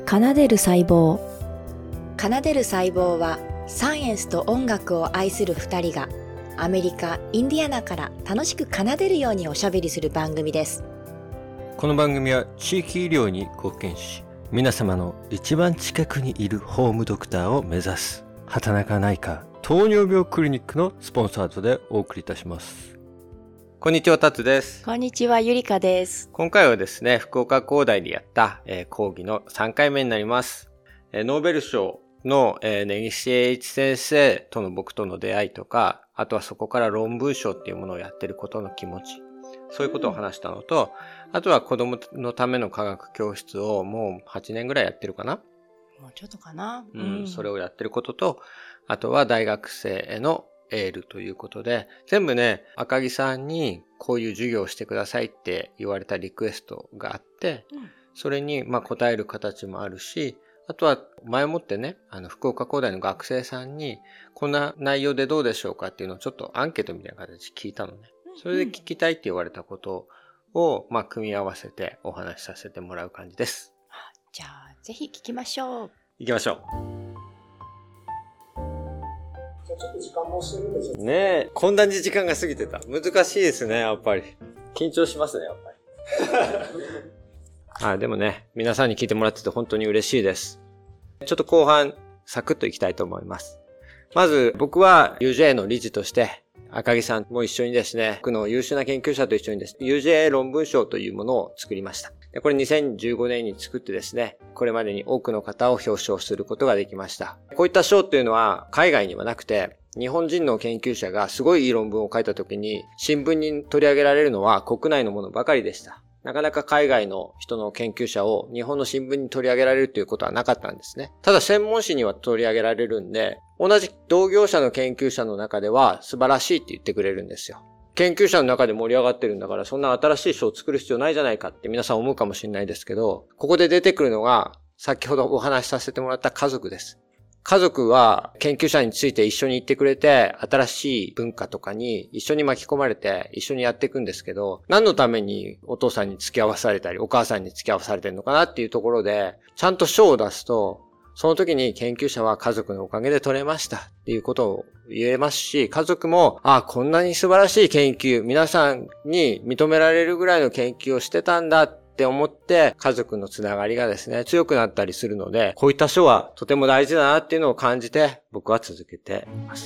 奏でる細胞。 奏でる細胞はサイエンスと音楽を愛する2人がアメリカ・インディアナから楽しく奏でるようにおしゃべりする番組です。 この番組は地域医療に貢献し、皆様の一番近くにいるホームドクターを目指す畑中内科糖尿病クリニックのスポンサードでお送りいたします。こんにちは、タツです。 こんにちは、ゆりかです。 今回はですね、福岡工大でやった、講義の3回目になります。ノーベル賞の、根岸英一先生との僕との出会いとか、あとはそこから論文賞っていうものをやってることの気持ち、そういうことを話したのと、あとは子供のための科学教室をもう8年ぐらいやってるかな？ もうちょっとかな。 それをやってることと、あとは大学生へのエールということで、全部ね、赤木さんにこういう授業をしてくださいって言われたリクエストがあって、それに答える形もあるし、あとは前もってね、福岡工大の学生さんにこんな内容でどうでしょうかっていうのをちょっとアンケートみたいな形で聞いたのね。それで聞きたいって言われたことを、組み合わせてお話しさせてもらう感じです。 じゃあ、ぜひ聞きましょう。 行きましょう。 ちょっと時間もしてるんでしょねえ、こんなに時間が過ぎてた。難しいですね、やっぱり。緊張しますね、やっぱり。でもね、皆さんに聞いてもらってて本当に嬉しいです。ちょっと後半、サクッといきたいと思います。まず、僕は UJ の理事として、赤木さんも一緒にですね、僕の優秀な研究者と一緒にですね、UJ 論文賞というものを作りました。でこれ2015年に作ってですね、これまでに多くの方を表彰することができました。こういった賞っていうのは海外にはなくて、日本人の研究者がすごいいい論文を書いた時に新聞に取り上げられるのは国内のものばかりでした。なかなか海外の人の研究者を日本の新聞に取り上げられるということはなかったんですね。ただ専門誌には取り上げられるんで、同じ同業者の研究者の中では素晴らしいって言ってくれるんですよ。研究者の中で盛り上がってるんだから、そんな新しい賞を作る必要ないじゃないかって皆さん思うかもしれないですけど、ここで出てくるのが先ほどお話しさせてもらった家族です。家族は研究者について一緒に行ってくれて、新しい文化とかに一緒に巻き込まれて一緒にやっていくんですけど、何のためにお父さんに付き合わされたりお母さんに付き合わされてるのかなっていうところで、ちゃんと賞を出すと、その時に研究者は家族のおかげで取れましたっていうことを言えますし、家族も、こんなに素晴らしい研究、皆さんに認められるぐらいの研究をしてたんだって思って、家族のつながりがですね、強くなったりするので、こういった書はとても大事だなっていうのを感じて、僕は続けています。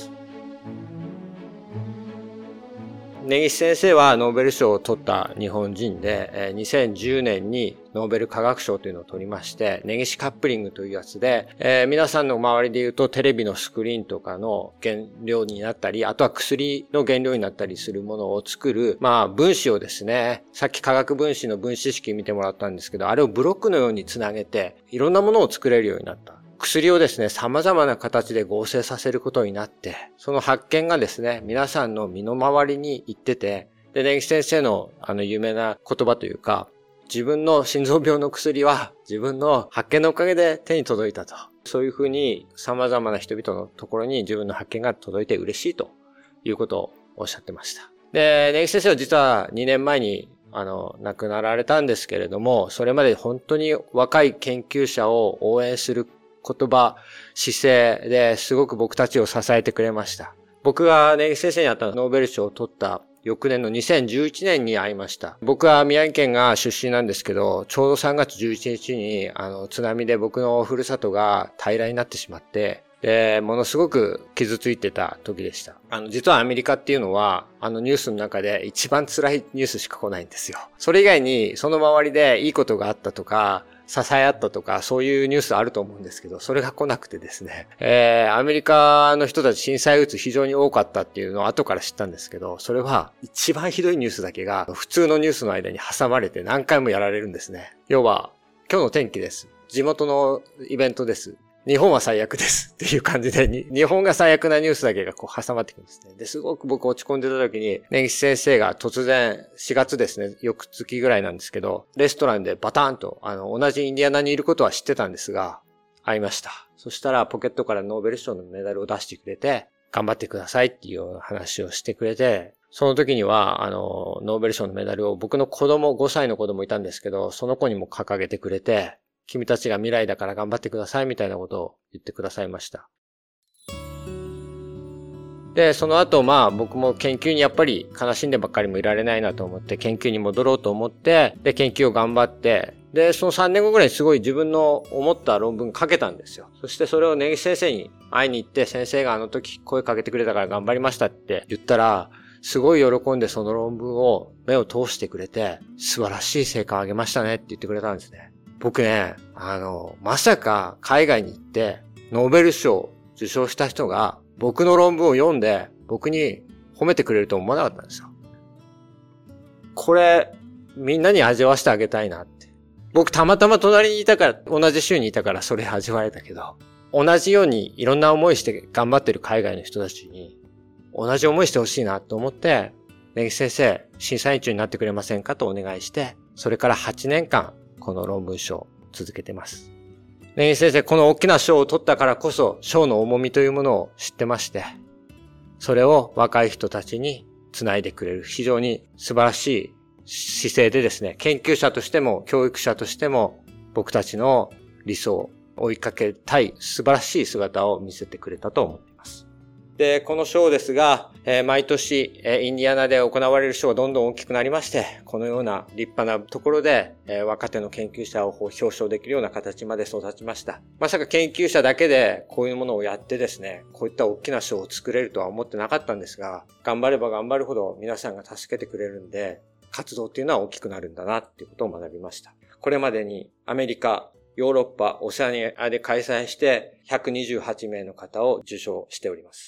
根岸先生はノーベル賞を取った日本人で、2010年にノーベル化学賞というのを取りまして、根岸カップリングというやつで、皆さんの周りで言うとテレビのスクリーンとかの原料になったり、あとは薬の原料になったりするものを作る、分子をですね、さっき化学分子の分子式見てもらったんですけど、あれをブロックのようにつなげて、いろんなものを作れるようになった。薬をですね、様々な形で合成させることになって、その発見がですね、皆さんの身の回りに行ってて、で、根岸先生の有名な言葉というか、自分の心臓病の薬は自分の発見のおかげで手に届いたと。そういうふうに様々な人々のところに自分の発見が届いて嬉しいということをおっしゃってました。で、根岸先生は実は2年前に亡くなられたんですけれども、それまで本当に若い研究者を応援する言葉、姿勢ですごく僕たちを支えてくれました。僕が根岸先生に会ったノーベル賞を取った翌年の2011年に会いました。僕は宮城県が出身なんですけど、ちょうど3月11日に津波で僕のふるさとが平らになってしまって、で、ものすごく傷ついてた時でした。実はアメリカっていうのは、ニュースの中で一番辛いニュースしか来ないんですよ。それ以外に、その周りでいいことがあったとか、支え合ったとか、そういうニュースあると思うんですけど、それが来なくてですね。アメリカの人たち震災うつ非常に多かったっていうのを後から知ったんですけど、それは一番ひどいニュースだけが普通のニュースの間に挟まれて何回もやられるんですね。要は、今日の天気です。地元のイベントです。日本は最悪ですっていう感じで、日本が最悪なニュースだけが挟まってくるんですね。で、すごく僕落ち込んでた時に、根岸先生が突然、4月ですね、翌月ぐらいなんですけど、レストランでバターンと、同じインディアナにいることは知ってたんですが、会いました。そしたら、ポケットからノーベル賞のメダルを出してくれて、頑張ってくださいっていうような話をしてくれて、その時には、ノーベル賞のメダルを僕の5歳の子供いたんですけど、その子にも掲げてくれて、 君たちが未来だから頑張ってくださいみたいなことを言ってくださいました。で、その後僕も研究にやっぱり悲しんでばっかりもいられないなと思って研究に戻ろうと思って、で、研究を頑張って、で、その3年後ぐらいにすごい自分の思った論文書けたんですよ。そしてそれを根岸先生に会いに行って、先生があの時声かけてくれたから頑張りましたって言ったら、すごい喜んでその論文を目を通してくれて、素晴らしい成果を上げましたねって言ってくれたんですね。僕ね、まさか海外に行ってノーベル賞を受賞した人が僕の論文を読んで僕に褒めてくれると思わなかったんですよ。これみんなに味わわせてあげたいなって。僕たまたま隣にいたから、同じ州にいたからそれ味わえたけど、同じようにいろんな思いして頑張ってる海外の人たちに同じ思いしてほしいなと思って、根岸先生審査委員長になってくれませんかとお願いして、それから8年間この論文賞を続けてます。根岸先生この大きな賞を取ったからこそ賞の重みというものを知ってまして、それを若い人たちにつないでくれる非常に素晴らしい姿勢でですね、研究者としても教育者としても僕たちの理想を追いかけたい素晴らしい姿を見せてくれたと思っています。で、この賞ですが、毎年、インディアナで行われる賞がどんどん大きくなりまして、このような立派なところで、若手の研究者を表彰できるような形まで育ちました。まさか研究者だけでこういうものをやってですね、こういった大きな賞を作れるとは思ってなかったんですが、頑張れば頑張るほど皆さんが助けてくれるんで、活動っていうのは大きくなるんだなっていうことを学びました。これまでにアメリカ、ヨーロッパ、オセアニアで開催して128名の方を受賞しております。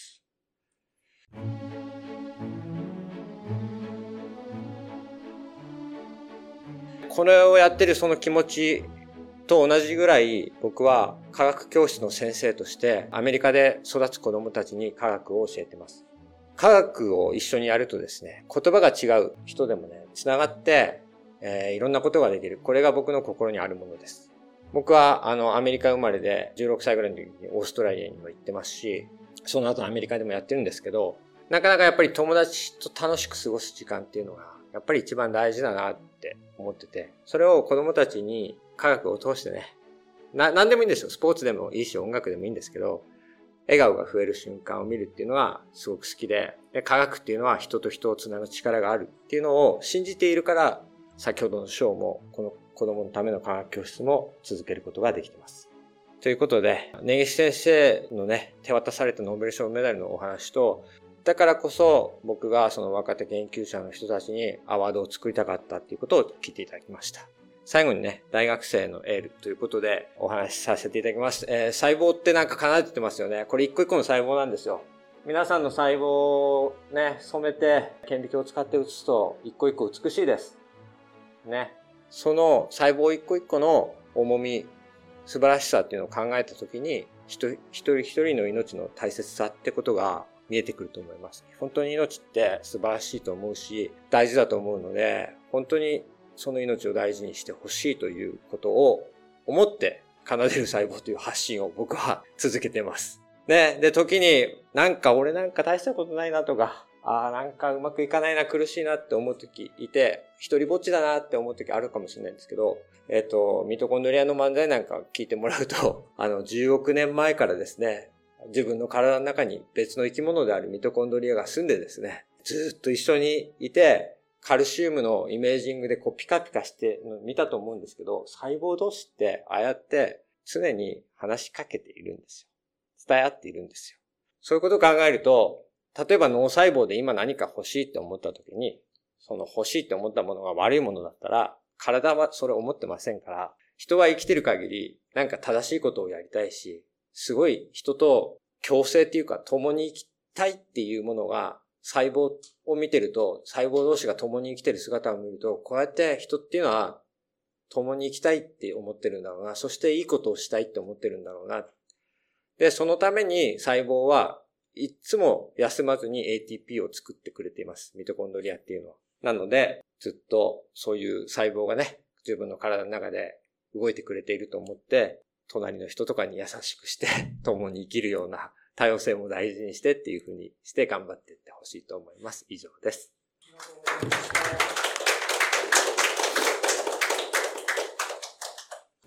これをやってるその気持ちと同じぐらい僕は科学教室の先生としてアメリカで育つ子供たちに科学を教えてます。科学を一緒にやるとですね、言葉が違う人でもね、つながって、いろんなことができる。これが僕の心にあるものです。僕はアメリカ生まれで16歳ぐらいの時にオーストラリアにも行ってますし、その後アメリカでもやってるんですけど、なかなかやっぱり友達と楽しく過ごす時間っていうのがやっぱり一番大事だなって思ってて、それを子供たちに科学を通してね、何でもいいんですよ。スポーツでもいいし音楽でもいいんですけど、笑顔が増える瞬間を見るっていうのはすごく好きで、科学っていうのは人と人をつなぐ力があるっていうのを信じているから、先ほどの賞もこの子供のための科学教室も続けることができています。ということで、根岸先生のね、手渡されたノーベル賞メダルのお話と、だからこそ僕がその若手研究者の人たちにアワードを作りたかったっていうことを聞いていただきました。最後にね、大学生のエールということでお話しさせていただきます。細胞ってなんか奏でてますよね。これ一個一個の細胞なんですよ。皆さんの細胞をね、染めて顕微鏡を使って写すと一個一個美しいです。ね。その細胞一個一個の重み、素晴らしさっていうのを考えたときに、一人一人の命の大切さってことが見えてくると思います。本当に命って素晴らしいと思うし、大事だと思うので、本当にその命を大事にしてほしいということを思って、奏でる細胞という発信を僕は続けています。ね。で、時に俺なんか大したことないなとか、なんかうまくいかないな、苦しいなって思う時いて、一人ぼっちだなって思う時あるかもしれないんですけど、ミトコンドリアの漫才なんか聞いてもらうと、10億年前からですね、自分の体の中に別の生き物であるミトコンドリアが住んでですね、ずっと一緒にいて、カルシウムのイメージングでピカピカして見たと思うんですけど、細胞同士ってああやって常に話しかけているんですよ。伝え合っているんですよ。そういうことを考えると、例えば脳細胞で今何か欲しいって思った時に、その欲しいって思ったものが悪いものだったら、体はそれを思ってませんから、人は生きてる限りなんか正しいことをやりたいし、すごい人と共生っていうか共に生きたいっていうものが細胞を見てると、細胞同士が共に生きてる姿を見ると、こうやって人っていうのは共に生きたいって思ってるんだろうな。そしていいことをしたいって思ってるんだろうな。で、そのために細胞はいつも休まずに ATP を作ってくれています。ミトコンドリアっていうのは。なので、ずっとそういう細胞がね、自分の体の中で動いてくれていると思って、隣の人とかに優しくして、共に生きるような多様性も大事にしてっていう風にして頑張っていってほしいと思います。以上です。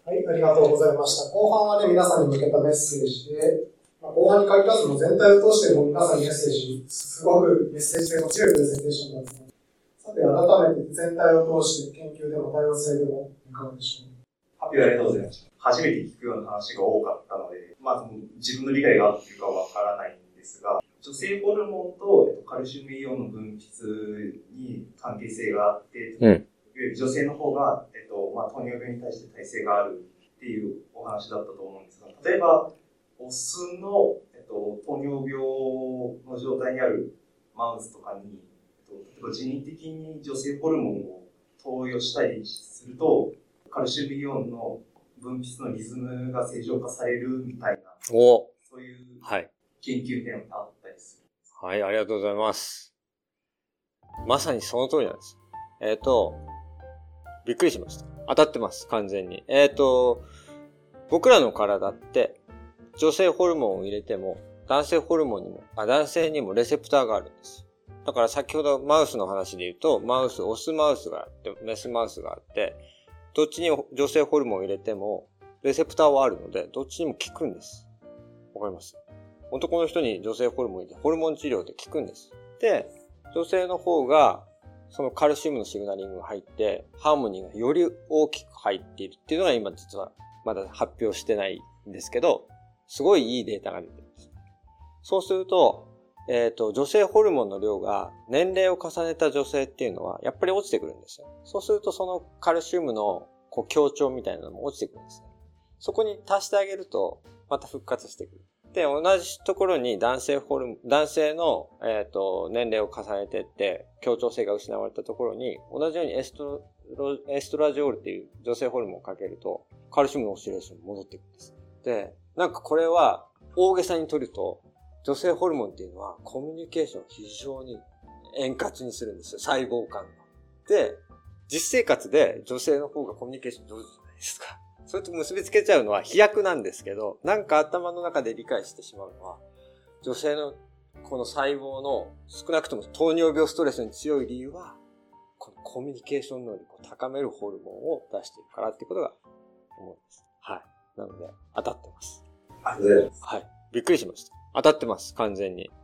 はい、ありがとうございました。後半はね、皆さんに向けたメッセージで、後半に限らずも全体を通しても皆さんにメッセージ、すごくメッセージ性の強いプレゼンテーションなんですね。さて、改めて全体を通して研究でも多様性でもいかがでしょうか。 発表ありがとうございました。初めて聞くような話が多かったので、自分の理解が合っているかわからないんですが、女性ホルモンとカルシウムイオンの分泌に関係性があって、女性の方が、糖尿病に対して耐性があるっていうお話だったと思うんですが、例えば、オスの、糖尿病の状態にあるマウスとかに、例えば人為的に女性ホルモンを投与したりすると、カルシウムイオンの分泌のリズムが正常化されるみたいな、そういう研究点があったりする。 はい、ありがとうございます。まさにその通りなんです。びっくりしました。当たってます、完全に。僕らの体って、女性ホルモンを入れても、男性にもレセプターがあるんです。だから先ほどマウスの話で言うと、オスマウスがあって、メスマウスがあって、どっちに女性ホルモンを入れても、レセプターはあるので、どっちにも効くんです。わかります？男の人に女性ホルモン入れて、ホルモン治療で効くんです。で、女性の方が、そのカルシウムのシグナリングが入って、ハーモニーがより大きく入っているっていうのが今実はまだ発表してないんですけど、すごいいいデータが出てるんです。そうすると、女性ホルモンの量が年齢を重ねた女性っていうのはやっぱり落ちてくるんですよ。そうするとそのカルシウムの強調みたいなのも落ちてくるんですね。そこに足してあげるとまた復活してくる。で、同じところに男性の、年齢を重ねていって協調性が失われたところに同じようにエストラジオールっていう女性ホルモンをかけるとカルシウムのオシレーションに戻ってくるんです。で、なんかこれは大げさに取ると女性ホルモンっていうのはコミュニケーションを非常に円滑にするんですよ。細胞間が。で、実生活で女性の方がコミュニケーション上手じゃないですか。それと結びつけちゃうのは飛躍なんですけど、なんか頭の中で理解してしまうのは、女性のこの細胞の少なくとも糖尿病ストレスに強い理由は、このコミュニケーション能力を高めるホルモンを出しているからっていうことが思うんです。はい。なので、当たってます。 ありがとうございます。 はい。びっくりしました。当たってます、完全に。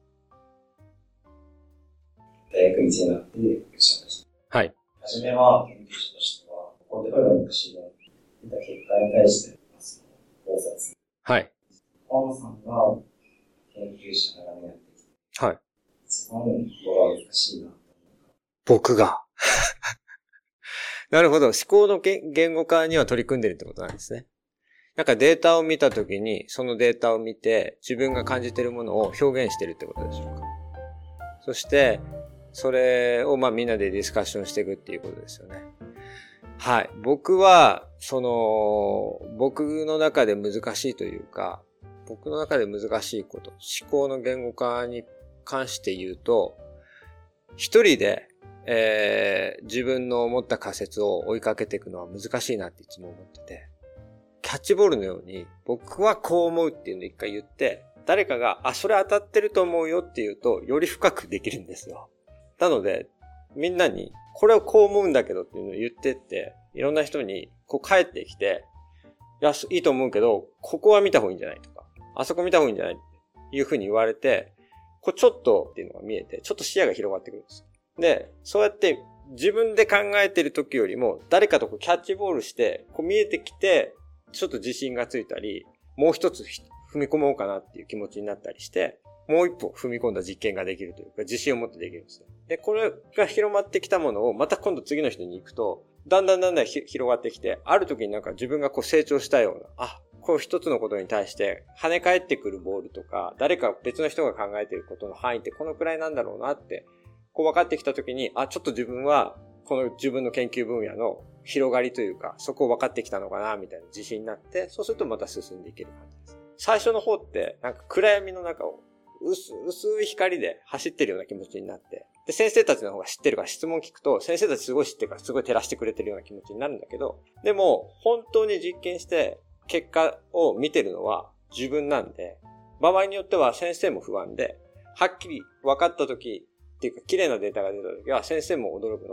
大学に生なっていらっしゃいました。 はい。 はじめは研究者としては、ここでから難しいなといった結果に対して考察。 はい。 河野さんが研究者からやってきて、 はい。 一番ここが難しいなと思う。 僕が。なるほど。思考の言語化には取り組んでるってことなんですね。なんかデータを見たときに、そのデータを見て、自分が感じているものを表現してるってことでしょうか。そして、それをみんなでディスカッションしていくっていうことですよね。はい。僕は、僕の中で難しいというか、僕の中で難しいこと、思考の言語化に関して言うと、一人で、自分の思った仮説を追いかけていくのは難しいなっていつも思ってて、キャッチボールのように、僕はこう思うっていうのを一回言って、誰かが、それ当たってると思うよって言うと、より深くできるんですよ。なので、みんなに、これをこう思うんだけどっていうのを言ってって、いろんな人に、帰ってきて、いいと思うけど、ここは見た方がいいんじゃないとか、あそこ見た方がいいんじゃないっていうふうに言われて、ちょっとっていうのが見えて、ちょっと視野が広がってくるんです。で、そうやって自分で考えてる時よりも、誰かとキャッチボールして、見えてきて、ちょっと自信がついたり、もう一つ踏み込もうかなっていう気持ちになったりして、もう一歩踏み込んだ実験ができるというか、自信を持ってできるんですね。で、これが広まってきたものを、また今度次の人に行くと、だんだん広がってきて、ある時になんか自分が成長したような、こう一つのことに対して跳ね返ってくるボールとか、誰か別の人が考えていることの範囲ってこのくらいなんだろうなって、分かってきた時に、ちょっと自分は、この自分の研究分野の広がりというか、そこを分かってきたのかな、みたいな自信になって、そうするとまた進んでいける感じです。最初の方って、なんか暗闇の中を薄い光で走ってるような気持ちになって、で、先生たちの方が知ってるから質問聞くと、先生たちすごい知ってるからすごい照らしてくれてるような気持ちになるんだけど、でも、本当に実験して結果を見てるのは自分なんで、場合によっては先生も不安で、はっきり分かった時っていうか、綺麗なデータが出た時は先生も驚くのは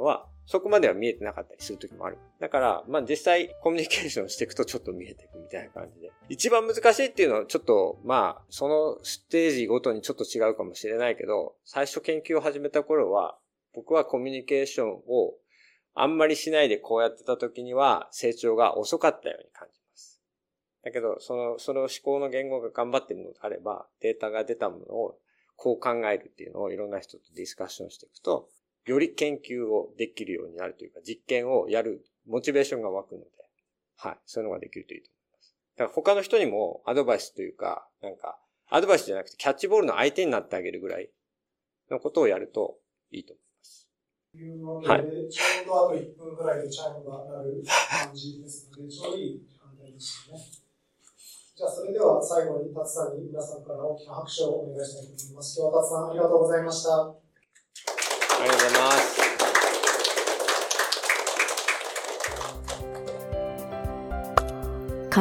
そこまでは見えてなかったりする時もある。だから、まあ実際コミュニケーションしていくとちょっと見えていくみたいな感じで。一番難しいっていうのはちょっと、まあ、そのステージごとにちょっと違うかもしれないけど、最初研究を始めた頃は、僕はコミュニケーションをあんまりしないでこうやってた時には成長が遅かったように感じます。だけど、その思考の言語が頑張っているのであれば、データが出たものをこう考えるっていうのをいろんな人とディスカッションしていくと、より研究をできるようになるというか、実験をやるモチベーションが湧くので、はい、そういうのができるといいと思います。だから他の人にもアドバイスというか、なんか、アドバイスじゃなくてキャッチボールの相手になってあげるぐらいのことをやるといいと思います。 というわけで、はい、ちょうどあと1分くらいでチャイムが鳴る感じですので、ちょうどいい時間帯ですよね。じゃあ、それでは最後にタツさんに皆さんから大きな拍手をお願いしたいと思います。今日はタツさんありがとうございました。 ありがとうございます。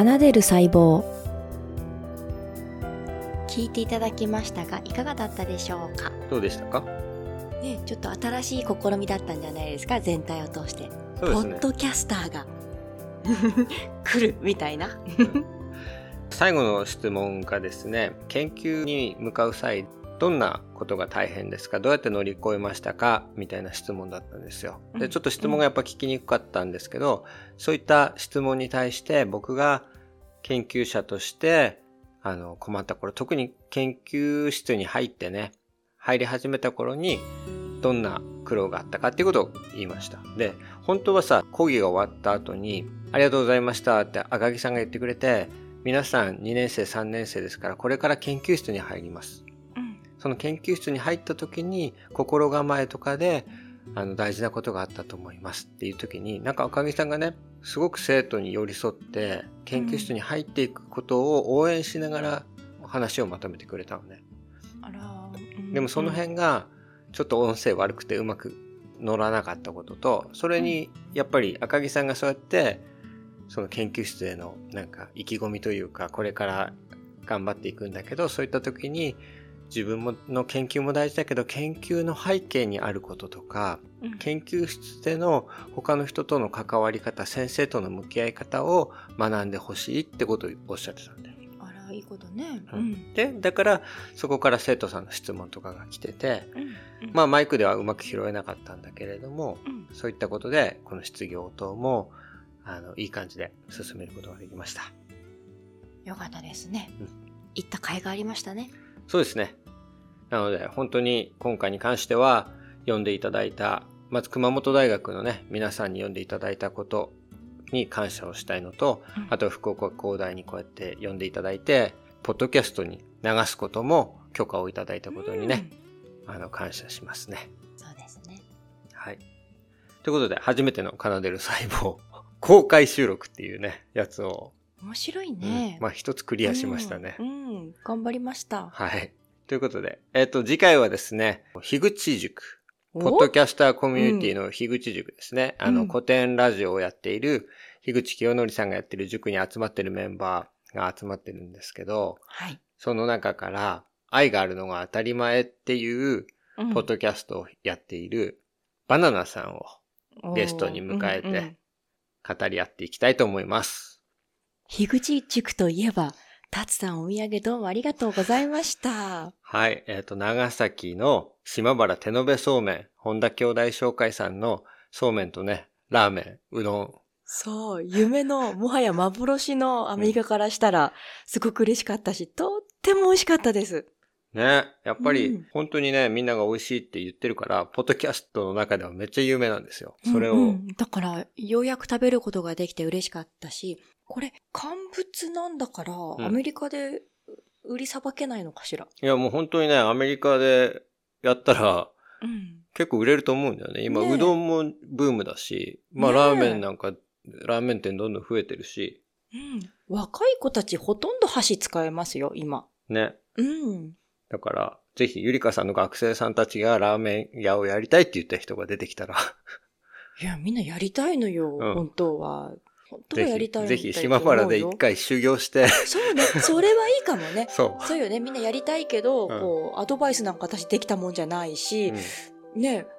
奏でる細胞。 聞いていただきましたが、いかがだったでしょうか？ どうでしたか？ ね、ちょっと新しい試みだったんじゃないですか、全体を通して。 そうですね。 ポッドキャスターが来るみたいな。 最後の質問がですね、研究に向かう際、どんなことが大変ですか？どうやって乗り越えましたか？みたいな質問だったんですよ。で、ちょっと質問がやっぱ聞きにくかったんですけど、そういった質問に対して僕が研究者として困った頃、特に研究室に入ってね、入り始めた頃にどんな苦労があったかっていうことを言いました。で、本当はさ、講義が終わった後にありがとうございましたって赤木さんが言ってくれて、皆さん2年生3年生ですからこれから研究室に入ります。その研究室に入った時に心構えとかで大事なことがあったと思いますっていう時に、なんか赤木さんがね、すごく生徒に寄り添って研究室に入っていくことを応援しながら話をまとめてくれたのね。でもその辺がちょっと音声悪くてうまく乗らなかったことと、それにやっぱり赤木さんがそうやってその研究室へのなんか意気込みというか、これから頑張っていくんだけど、そういった時に自分の研究も大事だけど、研究の背景にあることとか、研究室での他の人との関わり方、先生との向き合い方を学んでほしいってことをおっしゃってたんだよ。 あら、いいことね。 で、だからそこから生徒さんの質問とかが来てて、まあマイクではうまく拾えなかったんだけれども、そういったことでこの質疑応答もいい感じで進めることができました。 よかったですね。行った甲斐がありましたね。 そうですね。なので本当に今回に関しては読んでいただいた、まず熊本大学のね、皆さんに読んでいただいたことに感謝をしたいのと、あと福岡工大にこうやって読んでいただいて、ポッドキャストに流すことも許可をいただいたことにね、感謝しますね。 そうですね。 はい。ということで、初めての奏でる細胞公開収録っていうね、やつを。 面白いね。 まあ一つクリアしましたね。 頑張りました。 はい。ということで、次回はですね、樋口塾。ポッドキャスターコミュニティの樋口塾ですね。古典ラジオをやっている樋口清則さんがやっている塾に集まっているメンバーが集まってるんですけど、 はい、 その中から愛があるのが当たり前っていうポッドキャストをやっているバナナさんをゲストに迎えて語り合っていきたいと思います。 樋口塾といえば、タツさんお土産どうもありがとうございました。 はい。長崎の島原手延べそうめん、本田兄弟商会さんのそうめんとね、ラーメン、うどん。 そう、夢の、もはや幻のアメリカからしたら、すごく嬉しかったし、とっても美味しかったです。 ね。やっぱり、本当にね、みんなが美味しいって言ってるから、ポッドキャストの中ではめっちゃ有名なんですよ。それを。 だから、ようやく食べることができて嬉しかったし、これ、乾物なんだから、アメリカで売りさばけないのかしら。 いや、もう本当にね、アメリカでやったら、結構売れると思うんだよね。今、うどんもブームだし、まあ、ラーメンなんか、ラーメン店どんどん増えてるし。 若い子たちほとんど箸使えますよ、今。 ね。だから、ぜひ、ゆりかさんの学生さんたちがラーメン屋をやりたいって言った人が出てきたら。 いや、みんなやりたいのよ、本当は。本当はやりたいんだぜひ、島原で一回修行して。 そうね、それはいいかもね。 そうよね、みんなやりたいけど、こう、アドバイスなんか私できたもんじゃないし、ね、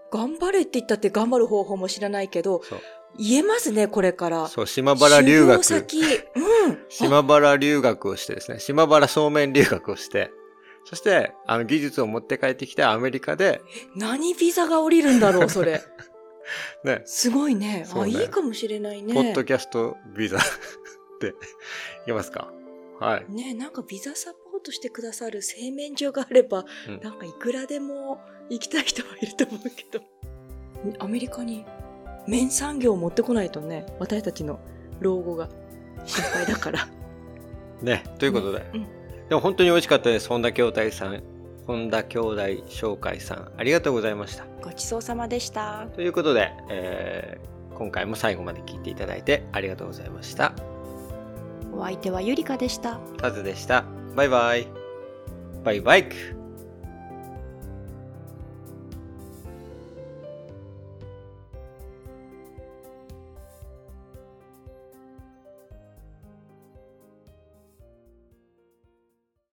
頑張れって言ったって頑張る方法も知らないけど、 そう。 言えますね、これから。 そう、島原留学。 修行先。 島原留学をしてですね、島原そうめん留学をして、そして、技術を持って帰ってきてアメリカで。 何ビザが降りるんだろう、それ。 ね。 すごいね。 そうね。 いいかもしれないね。 ポッドキャストビザって言いますか。はい。 ね、なんかビザサポートしてくださる製麺所があれば、なんかいくらでも行きたい人はいると思うけど。アメリカに麺産業を持ってこないとね、私たちの老後が心配だから。 ね、ということで。でも本当に美味しかったです。本田兄弟商会さん、ありがとうございました。 ごちそうさまでした。 ということで、今回も最後まで聞いていただいてありがとうございました。 お相手はゆりかでした。 カズでした。バイバイ。バイバイク。